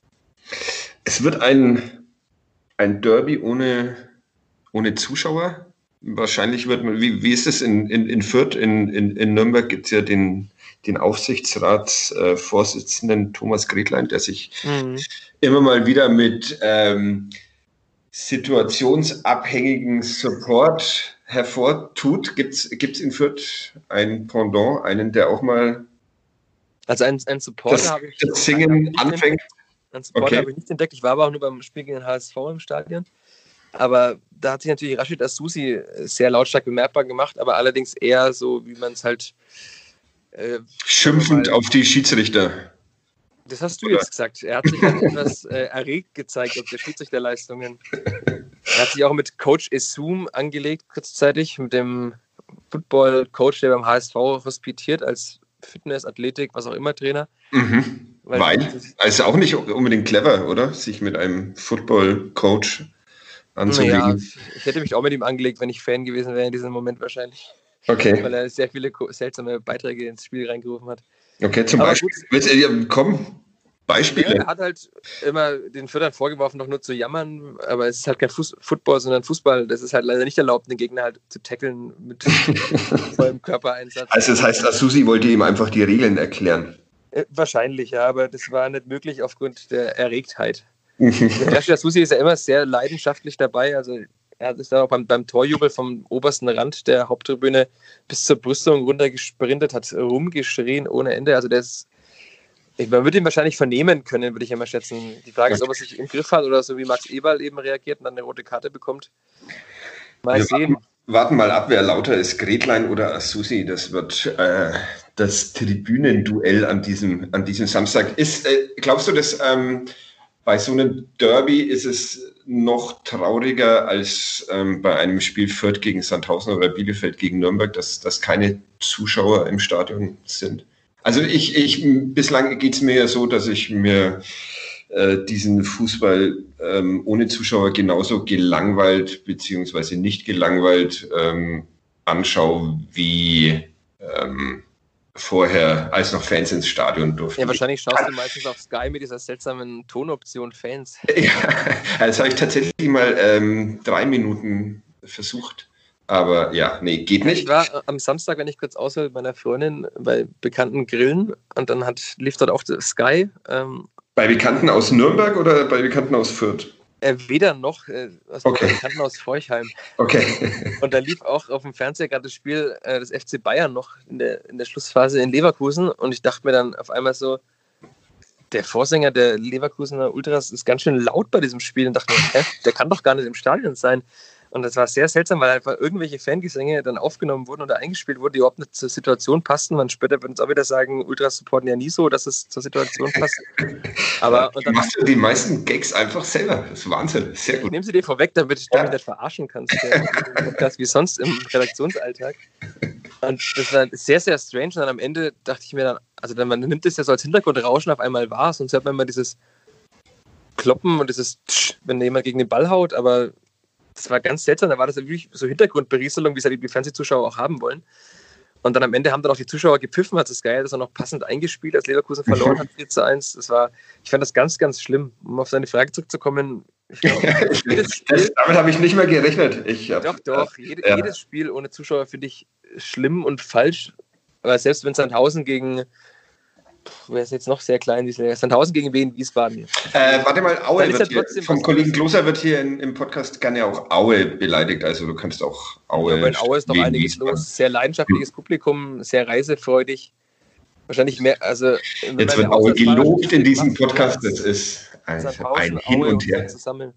Es wird ein, ein Derby ohne, ohne Zuschauer. Wahrscheinlich wird man, wie, wie ist es in, in, in Fürth? In, in, in Nürnberg gibt es ja den, den Aufsichtsratsvorsitzenden äh, Thomas Gretlein, der sich mhm. immer mal wieder mit ähm, situationsabhängigen Support hervortut. Gibt es in Fürth ein Pendant, einen, der auch mal also ein, ein Supporter habe ich das Singen hab ich anfängt? Einen Supporter okay. habe ich nicht entdeckt. Ich war aber auch nur beim Spiel gegen den H S V im Stadion. Aber da hat sich natürlich Rashid Asusi sehr lautstark bemerkbar gemacht, aber allerdings eher so, wie man es halt äh, schimpfend auf die Schiedsrichter. Das hast du Oder? jetzt gesagt. Er hat sich halt etwas äh, erregt gezeigt auf der Schiedsrichterleistungen. Er hat sich auch mit Coach Esum angelegt, kurzzeitig, mit dem Football-Coach, der beim H S V hospitiert, als Fitness, Athletik, was auch immer Trainer. Mhm. Weil? Weil? Also auch nicht unbedingt clever, oder? Sich mit einem Football-Coach anzulegen. Ja, ich hätte mich auch mit ihm angelegt, wenn ich Fan gewesen wäre in diesem Moment wahrscheinlich. Okay. Weil er sehr viele seltsame Beiträge ins Spiel reingerufen hat. Okay, zum Aber Beispiel. Willst du, komm, Beispiele. Er hat halt immer den Fürthern vorgeworfen, noch nur zu jammern, aber es ist halt kein Fuß- Football, sondern Fußball. Das ist halt leider nicht erlaubt, den Gegner halt zu tackeln mit vollem Körpereinsatz. Also das heißt, Asusi wollte ihm einfach die Regeln erklären. Äh, wahrscheinlich, ja, aber das war nicht möglich aufgrund der Erregtheit. Der Asusi ist ja immer sehr leidenschaftlich dabei, also er ist da auch beim, beim Torjubel vom obersten Rand der Haupttribüne bis zur Brüstung runtergesprintet, hat rumgeschrien ohne Ende, also der ist Ich, man würde ihn wahrscheinlich vernehmen können, würde ich ja mal schätzen. Die Frage ist, ob er sich im Griff hat oder so wie Max Eberl eben reagiert und dann eine rote Karte bekommt. Mal Wir sehen. Warten, warten mal ab, wer lauter ist, Gretlein oder Asusi. Das wird äh, das Tribünenduell an diesem, an diesem Samstag. Ist, äh, glaubst du, dass ähm, bei so einem Derby ist es noch trauriger als ähm, bei einem Spiel Fürth gegen Sandhausen oder Bielefeld gegen Nürnberg, dass, dass keine Zuschauer im Stadion sind? Also ich, ich bislang geht es mir ja so, dass ich mir äh, diesen Fußball ähm, ohne Zuschauer genauso gelangweilt beziehungsweise nicht gelangweilt ähm, anschaue wie ähm, vorher, als noch Fans ins Stadion durften. Ja, wahrscheinlich schaust du meistens auf Sky mit dieser seltsamen Tonoption Fans. Ja, das habe ich tatsächlich mal ähm, drei Minuten versucht. Aber ja, nee, geht nicht. Ich war am Samstag, wenn ich kurz aushöre, mit meiner Freundin bei bekannten Grillen und dann hat, lief dort auch Sky. Ähm, bei Bekannten aus Nürnberg oder bei Bekannten aus Fürth? Äh, weder noch, äh, aus okay. Bekannten aus Forchheim. Okay. Und da lief auch auf dem Fernseher gerade das Spiel äh, des F C Bayern noch in der, in der Schlussphase in Leverkusen und ich dachte mir dann auf einmal so, der Vorsänger der Leverkusener Ultras ist ganz schön laut bei diesem Spiel und dachte mir, hä, der kann doch gar nicht im Stadion sein. Und das war sehr seltsam, weil einfach irgendwelche Fangesänge dann aufgenommen wurden oder eingespielt wurden, die überhaupt nicht zur Situation passten. Man später wird uns auch wieder sagen, Ultras supporten ja nie so, dass es zur Situation passt. Aber und dann machst du die meisten Gags einfach selber. Das ist Wahnsinn. Sehr gut. Ich nehme sie dir vorweg, damit du ja. mich nicht verarschen kannst. Das wie sonst im Redaktionsalltag. Und das war sehr, sehr strange. Und dann am Ende dachte ich mir dann, also dann, man nimmt das ja so als Hintergrundrauschen auf einmal wahr, sonst hört man immer dieses Kloppen und dieses Tsch, wenn jemand gegen den Ball haut, aber das war ganz seltsam, da war das wirklich so Hintergrundberieselung, wie es halt die Fernsehzuschauer auch haben wollen. Und dann am Ende haben dann auch die Zuschauer gepfiffen, hat es geil, das auch noch passend eingespielt, als Leverkusen verloren hat, vier zu eins. Das war, ich fand das ganz, ganz schlimm. Um auf seine Frage zurückzukommen, ich glaube, jedes Spiel, damit habe ich nicht mehr gerechnet. Ich hab, doch, doch, jede, ja. jedes Spiel ohne Zuschauer finde ich schlimm und falsch. Aber selbst wenn Sandhausen gegen, wer ist jetzt noch sehr klein, Sandhausen gegen Wien, Wiesbaden. Äh, warte mal, Aue wird hier, vom Kollegen los. Kloser wird hier in, im Podcast gerne auch Aue beleidigt, also du kannst auch Aue... Ja, aber in Aue ist doch einiges Wiesbaden. Los, sehr leidenschaftliches Publikum, sehr reisefreudig, wahrscheinlich mehr, also... Jetzt wird Aue gelobt in diesem Podcast, das ist ein, ein Hin und Her.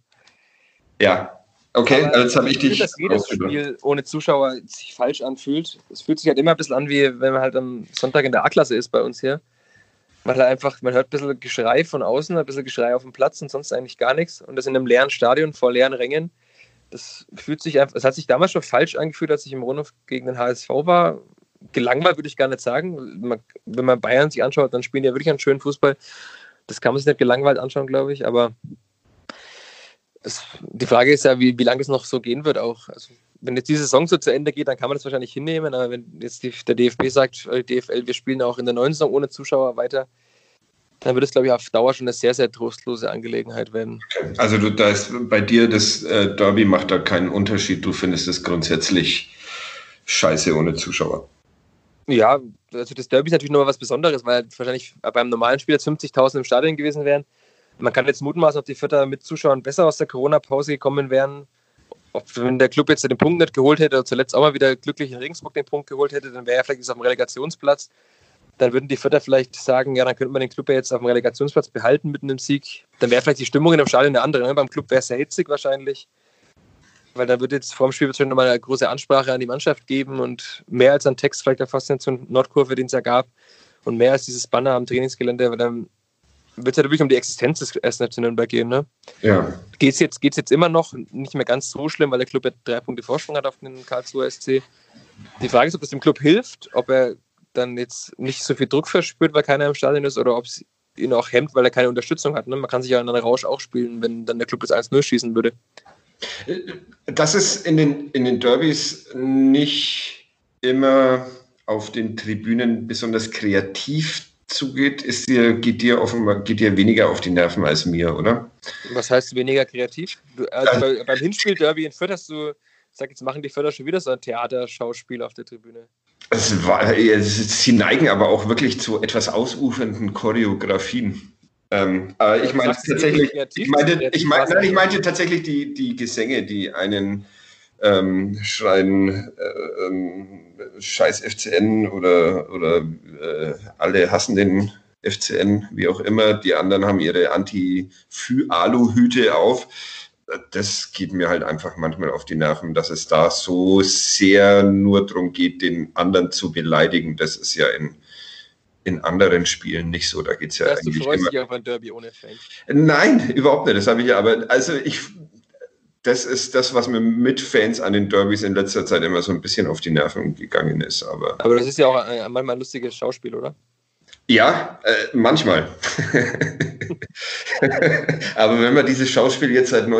Ja, okay, aber jetzt habe ich dich... Ich finde, dass jedes Spiel ohne Zuschauer sich falsch anfühlt. Es fühlt sich halt immer ein bisschen an, wie wenn man halt am Sonntag in der A-Klasse ist bei uns hier. Weil halt einfach, man hört ein bisschen Geschrei von außen, ein bisschen Geschrei auf dem Platz und sonst eigentlich gar nichts. Und das in einem leeren Stadion vor leeren Rängen. Das fühlt sich einfach, es hat sich damals schon falsch angefühlt, als ich im Rundhof gegen den H S V war. Gelangweilt würde ich gar nicht sagen. Man, wenn man Bayern sich anschaut, dann spielen die ja wirklich einen schönen Fußball. Das kann man sich nicht gelangweilt anschauen, glaube ich. Aber es, die Frage ist ja, wie, wie lange es noch so gehen wird auch. Also, wenn jetzt die Saison so zu Ende geht, dann kann man das wahrscheinlich hinnehmen, aber wenn jetzt die, der D F B sagt, die D F L, wir spielen auch in der neuen Saison ohne Zuschauer weiter, dann wird es, glaube ich, auf Dauer schon eine sehr, sehr trostlose Angelegenheit werden. Okay. Also du, da ist bei dir das äh, Derby macht da keinen Unterschied, du findest es grundsätzlich scheiße ohne Zuschauer? Ja, also das Derby ist natürlich nochmal was Besonderes, weil wahrscheinlich beim normalen Spiel jetzt fünfzigtausend im Stadion gewesen wären. Man kann jetzt mutmaßen, ob die Vierter mit Zuschauern besser aus der Corona-Pause gekommen wären. Ob, wenn der Club jetzt den Punkt nicht geholt hätte oder zuletzt auch mal wieder glücklich in Regensburg den Punkt geholt hätte, dann wäre er vielleicht jetzt auf dem Relegationsplatz. Dann würden die Vierter vielleicht sagen, ja, dann könnte man den Club ja jetzt auf dem Relegationsplatz behalten mit einem Sieg. Dann wäre vielleicht die Stimmung in dem Stadion eine andere. Ne? Beim Club wäre es sehr hitzig wahrscheinlich, weil dann würde jetzt vor dem Spiel schon nochmal eine große Ansprache an die Mannschaft geben und mehr als ein Text vielleicht der Faszination Nordkurve, den es ja gab, und mehr als dieses Banner am Trainingsgelände, weil dann wird es ja wirklich um die Existenz des ersten F C Nürnberg gehen. Ne? Ja. Geht es jetzt, geht's jetzt immer noch, nicht mehr ganz so schlimm, weil der Club ja drei Punkte Vorsprung hat auf den Karlsruher S C. Die Frage ist, ob das dem Club hilft, ob er dann jetzt nicht so viel Druck verspürt, weil keiner im Stadion ist, oder ob es ihn auch hemmt, weil er keine Unterstützung hat. Ne? Man kann sich ja in einen Rausch auch spielen, wenn dann der Club das eins null schießen würde. Dass es in den, in den Derbys nicht immer auf den Tribünen besonders kreativ zugeht, ist dir, geht dir offenbar geht dir weniger auf die Nerven als mir, oder? Was heißt weniger kreativ? Du, also also, bei, beim Hinspiel Derby in Fürth hast du, sag jetzt, machen die Fürther schon wieder so ein Theaterschauspiel auf der Tribüne. Es war, sie neigen aber auch wirklich zu etwas ausufernden Choreografien. Ähm, aber ich meine tatsächlich, ich meinte, ich meinte, nein, ich meinte tatsächlich die, die Gesänge, die einen ähm, schreien, äh, ähm, Scheiß F C N oder, oder äh, alle hassen den F C N, wie auch immer. Die anderen haben ihre Anti-Alu-Hüte auf. Das geht mir halt einfach manchmal auf die Nerven, dass es da so sehr nur darum geht, den anderen zu beleidigen. Das ist ja in, in anderen Spielen nicht so. Da geht es ja das eigentlich du freust immer... dich auf ein Derby ohne Fans? Nein, überhaupt nicht. Das habe ich ja, aber also ich... Das ist das, was mir mit Fans an den Derbys in letzter Zeit immer so ein bisschen auf die Nerven gegangen ist. Aber, aber das ist ja auch ein, manchmal ein lustiges Schauspiel, oder? Ja, äh, manchmal. Aber wenn man dieses Schauspiel jetzt seit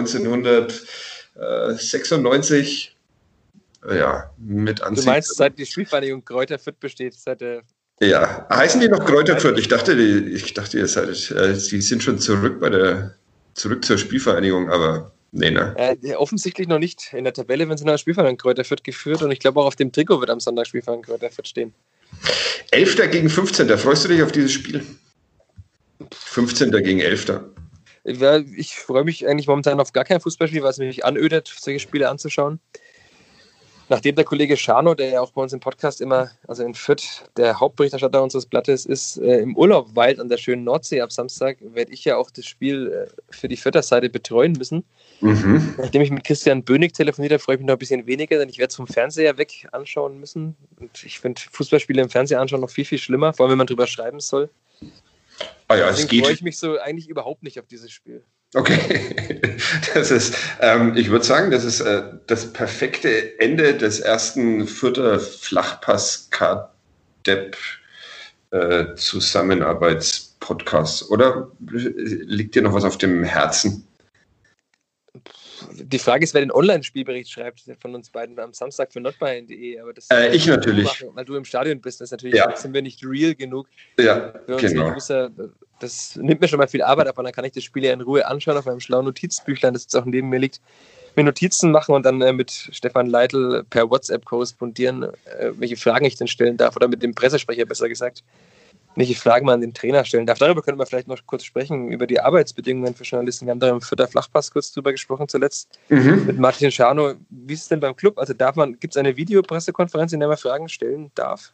neunzehnhundertsechsundneunzig ja, mit ansieht. Du meinst, seit die Spielvereinigung Greuther Fürth besteht, seit der... Ja, heißen die noch Greuther Fürth? Ich dachte, die, ich dachte, ihr seid, äh, sie sind schon zurück bei der, zurück zur Spielvereinigung, aber... Nee, ne? Äh, offensichtlich noch nicht. In der Tabelle, wenn sie nach Spielvereinigung Greuther Fürth geführt und ich glaube auch auf dem Trikot wird am Sonntag Spielvereinigung Greuther Fürth stehen. Elfter gegen fünfzehnter Freust du dich auf dieses Spiel? fünfzehnter gegen elfter Ja, ich freue mich eigentlich momentan auf gar kein Fußballspiel, weil es mich anödet, solche Spiele anzuschauen. Nachdem der Kollege Schano, der ja auch bei uns im Podcast immer, also in Fürth, der Hauptberichterstatter unseres Blattes ist, äh, im Urlaub weilt an der schönen Nordsee ab Samstag, werde ich ja auch das Spiel äh, für die Fürther Seite betreuen müssen. Mhm. Nachdem ich mit Christian Bönig telefoniert habe, freue ich mich noch ein bisschen weniger, denn ich werde es vom Fernseher weg anschauen müssen. Und ich finde Fußballspiele im Fernseher anschauen noch viel, viel schlimmer, vor allem wenn man drüber schreiben soll. Ah ja, Deswegen es geht. freue ich mich so eigentlich überhaupt nicht auf dieses Spiel. Okay, das ist, ähm, ich würde sagen, das ist äh, das perfekte Ende des ersten Fürther Flachpass-K-Depp äh, Zusammenarbeitspodcasts, oder liegt dir noch was auf dem Herzen? Die Frage ist, wer den Online-Spielbericht schreibt von uns beiden am Samstag für nordbayern punkt de. Aber das äh, ich natürlich. Machen, weil du im Stadion bist, das ist natürlich, ja. sind wir nicht real genug. Ja, für uns genau. User, das nimmt mir schon mal viel Arbeit ab und dann kann ich das Spiel ja in Ruhe anschauen auf meinem schlauen Notizbüchlein, das jetzt auch neben mir liegt, mir Notizen machen und dann äh, mit Stefan Leitl per WhatsApp korrespondieren, äh, welche Fragen ich denn stellen darf oder mit dem Pressesprecher besser gesagt, welche Fragen man an den Trainer stellen darf. Darüber können wir vielleicht noch kurz sprechen, über die Arbeitsbedingungen für Journalisten. Wir haben da im Fürther Flachpass kurz drüber gesprochen zuletzt mhm. mit Martin Schano. Wie ist es denn beim Club? Also darf man, gibt es eine Videopressekonferenz, in der man Fragen stellen darf?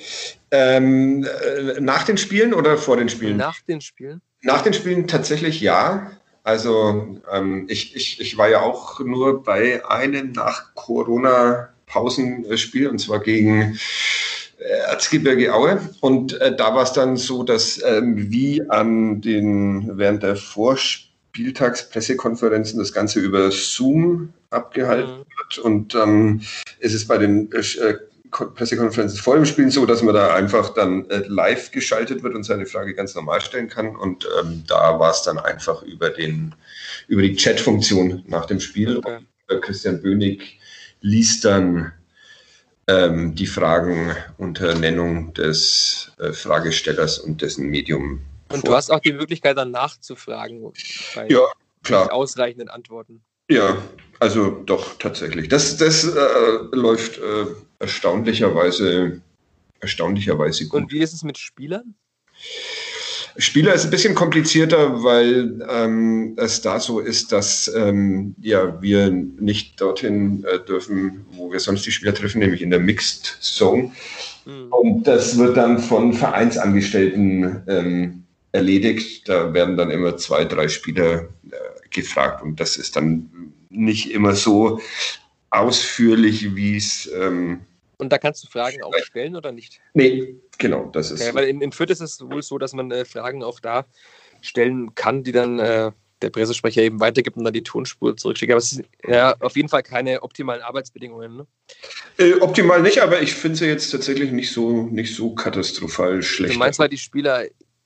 Ähm, äh, nach den Spielen oder vor den Spielen? Nach den Spielen? Nach den Spielen tatsächlich ja. Also ähm, ich, ich, ich war ja auch nur bei einem nach Corona-Pausenspiel und zwar gegen Erzgebirge Aue und äh, da war es dann so, dass ähm, wie an den während der Vorspieltagspressekonferenzen das Ganze über Zoom abgehalten mhm. wird und dann ähm, ist es bei den äh, Pressekonferenzen vor dem Spiel so, dass man da einfach dann äh, live geschaltet wird und seine Frage ganz normal stellen kann und ähm, da war es dann einfach über den über die Chat-Funktion nach dem Spiel. Okay. Und, äh, Christian Bönig liest dann die Fragen unter Nennung des äh, Fragestellers und dessen Medium. Und vor. Du hast auch die Möglichkeit, dann nachzufragen bei ja, klar. ausreichenden Antworten. Ja, also doch, tatsächlich. Das, das äh, läuft äh, erstaunlicherweise, erstaunlicherweise gut. Und wie ist es mit Spielern? Spieler ist ein bisschen komplizierter, weil ähm, es da so ist, dass ähm, ja, wir nicht dorthin äh, dürfen, wo wir sonst die Spieler treffen, nämlich in der Mixed Zone. Mhm. Und das wird dann von Vereinsangestellten ähm, erledigt. Da werden dann immer zwei, drei Spieler äh, gefragt und das ist dann nicht immer so ausführlich, wie es... Ähm, Und da kannst du Fragen auch stellen oder nicht? Nee, genau, das ist okay, so. Weil in, in Fürth ist es wohl so, dass man äh, Fragen auch da stellen kann, die dann äh, der Pressesprecher eben weitergibt und dann die Tonspur zurückschickt. Aber es ist ja auf jeden Fall keine optimalen Arbeitsbedingungen, ne? Äh, optimal nicht, aber ich finde sie jetzt tatsächlich nicht so, nicht so katastrophal schlecht. Du meinst, weil die Spieler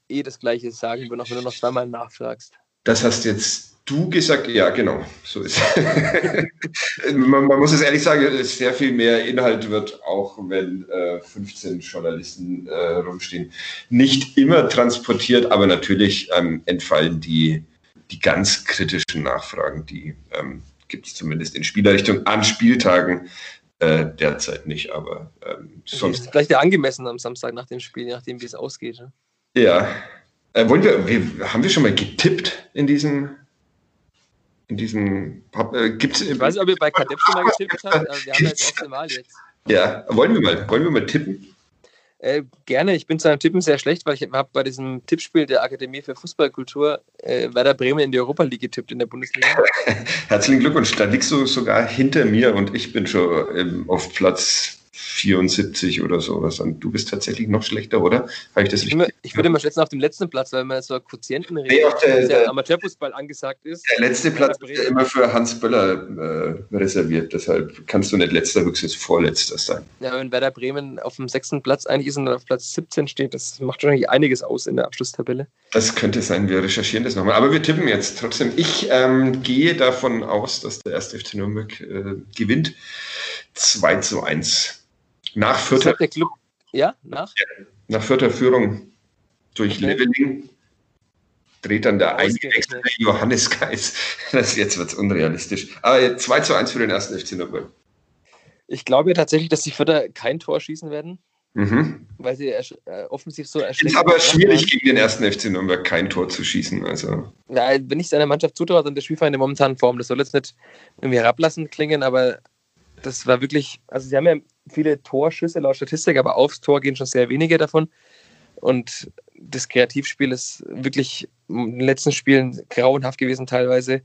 eh das Gleiche sagen würden, auch wenn du noch zweimal nachfragst. Das hast jetzt du gesagt, ja genau, so ist es. man, man muss es ehrlich sagen, sehr viel mehr Inhalt wird, auch wenn äh, fünfzehn Journalisten äh, rumstehen, nicht immer transportiert, aber natürlich ähm, entfallen die, die ganz kritischen Nachfragen, die ähm, gibt es zumindest in Spielerrichtung an Spieltagen äh, derzeit nicht, aber ähm, sonst... Das ist vielleicht ja angemessen am Samstag nach dem Spiel, je nachdem wie es ausgeht. Ne? Ja, äh, wollen wir, wir, haben wir schon mal getippt in diesem... In diesem, hab, äh, gibt's, ich weiß nicht, ob ihr bei Kadepp schon mal getippt habt, aber wir haben jetzt auch eine Wahl jetzt. Ja, wollen wir mal, wollen wir mal tippen? Äh, gerne, ich bin zu einem Tippen sehr schlecht, weil ich habe bei diesem Tippspiel der Akademie für Fußballkultur äh, Werder Bremen in die Europa League getippt in der Bundesliga. Herzlichen Glückwunsch, da liegst du sogar hinter mir und ich bin schon ähm, auf Platz vierundsiebzig oder sowas. Und du bist tatsächlich noch schlechter, oder? Habe ich das ich, immer, ich würde mal schätzen auf dem letzten Platz, weil man so Quotienten redet, nee, der, der, der Amateurfußball angesagt ist. Der letzte Platz ist ja immer für Hans Böller äh, reserviert, deshalb kannst du nicht letzter, höchstens vorletzter sein. Ja, wenn Werder Bremen auf dem sechsten Platz eigentlich ist und auf Platz siebzehn steht, das macht wahrscheinlich einiges aus in der Abschlusstabelle. Das könnte sein, wir recherchieren das nochmal. Aber wir tippen jetzt trotzdem. Ich ähm, gehe davon aus, dass der erste F C Nürnberg äh, gewinnt. zwei zu eins. Nach vierter, der Club, ja, nach? Ja, nach vierter Führung durch okay. Leveling dreht dann der eingewechselte Johannes Geis. Das, jetzt wird es unrealistisch. Aber zwei zu eins für den ersten F C Nürnberg. Ich glaube ja tatsächlich, dass die Vierter kein Tor schießen werden. Mhm. Weil sie äh, offensiv so erschreckend sind. Ist aber schwierig, waren. Gegen den ersten F C Nürnberg kein Tor zu schießen. Also. Ja, wenn ich seiner Mannschaft zutraue, dann der Spielverein in der momentanen Form. Das soll jetzt nicht irgendwie herablassend klingen, aber das war wirklich, also sie haben ja viele Torschüsse laut Statistik, aber aufs Tor gehen schon sehr wenige davon. Und das Kreativspiel ist wirklich in den letzten Spielen grauenhaft gewesen teilweise.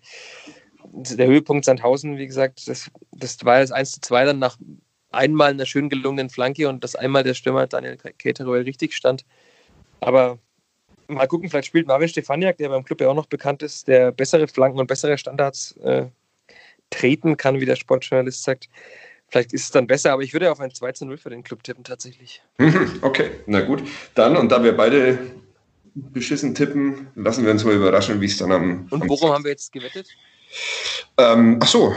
Der Höhepunkt Sandhausen, wie gesagt, das, das war das eins zu zwei dann nach einmal einer schön gelungenen Flanke und dass einmal der Stürmer Daniel Keteruel richtig stand. Aber mal gucken, vielleicht spielt Marvin Stefaniak, der beim Club ja auch noch bekannt ist, der bessere Flanken und bessere Standards äh, treten kann, wie der Sportjournalist sagt. Vielleicht ist es dann besser, aber ich würde auf ein zwei zu null für den Club tippen, tatsächlich. Okay, na gut. Dann, und da wir beide beschissen tippen, lassen wir uns mal überraschen, wie es dann am... Und worum am haben wir jetzt gewettet? Ähm, ach so.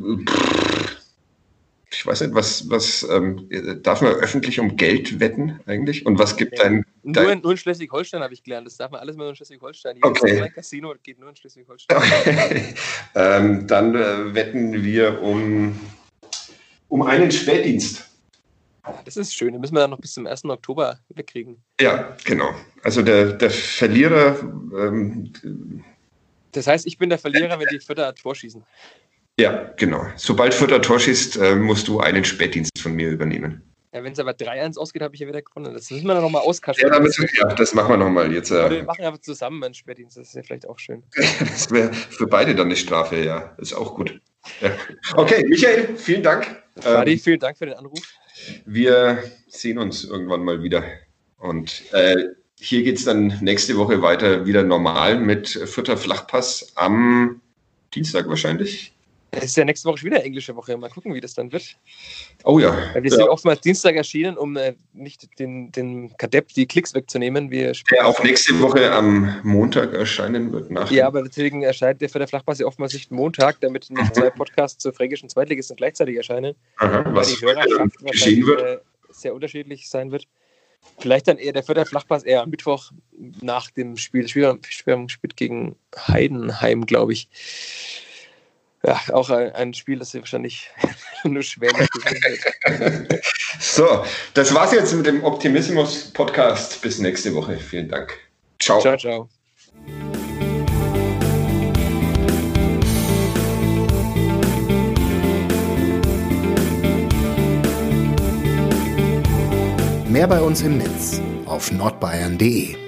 Ich weiß nicht, was, was ähm, darf man öffentlich um Geld wetten eigentlich? Und was gibt ja, dein... Nur, in, nur in Schleswig-Holstein habe ich gelernt. Das darf man alles nur in Schleswig-Holstein. Jedes okay. Casino geht nur in Schleswig-Holstein. Okay. ähm, dann äh, wetten wir um... Um einen Spätdienst. Das ist schön, den müssen wir dann noch bis zum ersten Oktober wegkriegen. Ja, genau. Also der, der Verlierer... Ähm, das heißt, ich bin der Verlierer, wenn die Vierter Tor schießen. Ja, genau. Sobald Vierter Tor schießt, äh, musst du einen Spätdienst von mir übernehmen. Ja, wenn es aber drei eins ausgeht, habe ich ja wieder gewonnen. Das müssen wir dann nochmal auskaschen. Ja, ja, das machen wir nochmal jetzt. Äh. Wir machen aber zusammen einen Spätdienst, das ist ja vielleicht auch schön. Das wäre für beide dann eine Strafe, ja. Das ist auch gut. Ja. Okay, Michael, vielen Dank. Fadi, vielen Dank für den Anruf. Wir sehen uns irgendwann mal wieder. Und äh, hier geht es dann nächste Woche weiter wieder normal mit Vierter Flachpass am Dienstag wahrscheinlich. Es ist ja nächste Woche schon wieder englische Woche. Mal gucken, wie das dann wird. Oh ja. Weil wir ja. sind oftmals Dienstag erschienen, um äh, nicht den, den Kadepp die Klicks wegzunehmen. Wir der auch nächste Woche am Montag erscheinen wird. Nach ja, aber deswegen erscheint der für der Flachpass ja oftmals nicht Montag, damit nicht zwei Podcasts zur fränkischen Zweitligisten gleich erscheinen. Aha, was die Hörerschaft geschehen wird. Äh, sehr unterschiedlich sein wird. Vielleicht dann eher der vierte Flachpass eher am Mittwoch nach dem Spiel. Das Spiel, Spiel spielt gegen Heidenheim, glaube ich. Ja, auch ein, ein Spiel, das wahrscheinlich nur schwer wird. So, das war's jetzt mit dem Optimismus-Podcast. Bis nächste Woche. Vielen Dank. Ciao. Ciao, ciao. Mehr bei uns im Netz auf nordbayern punkt de.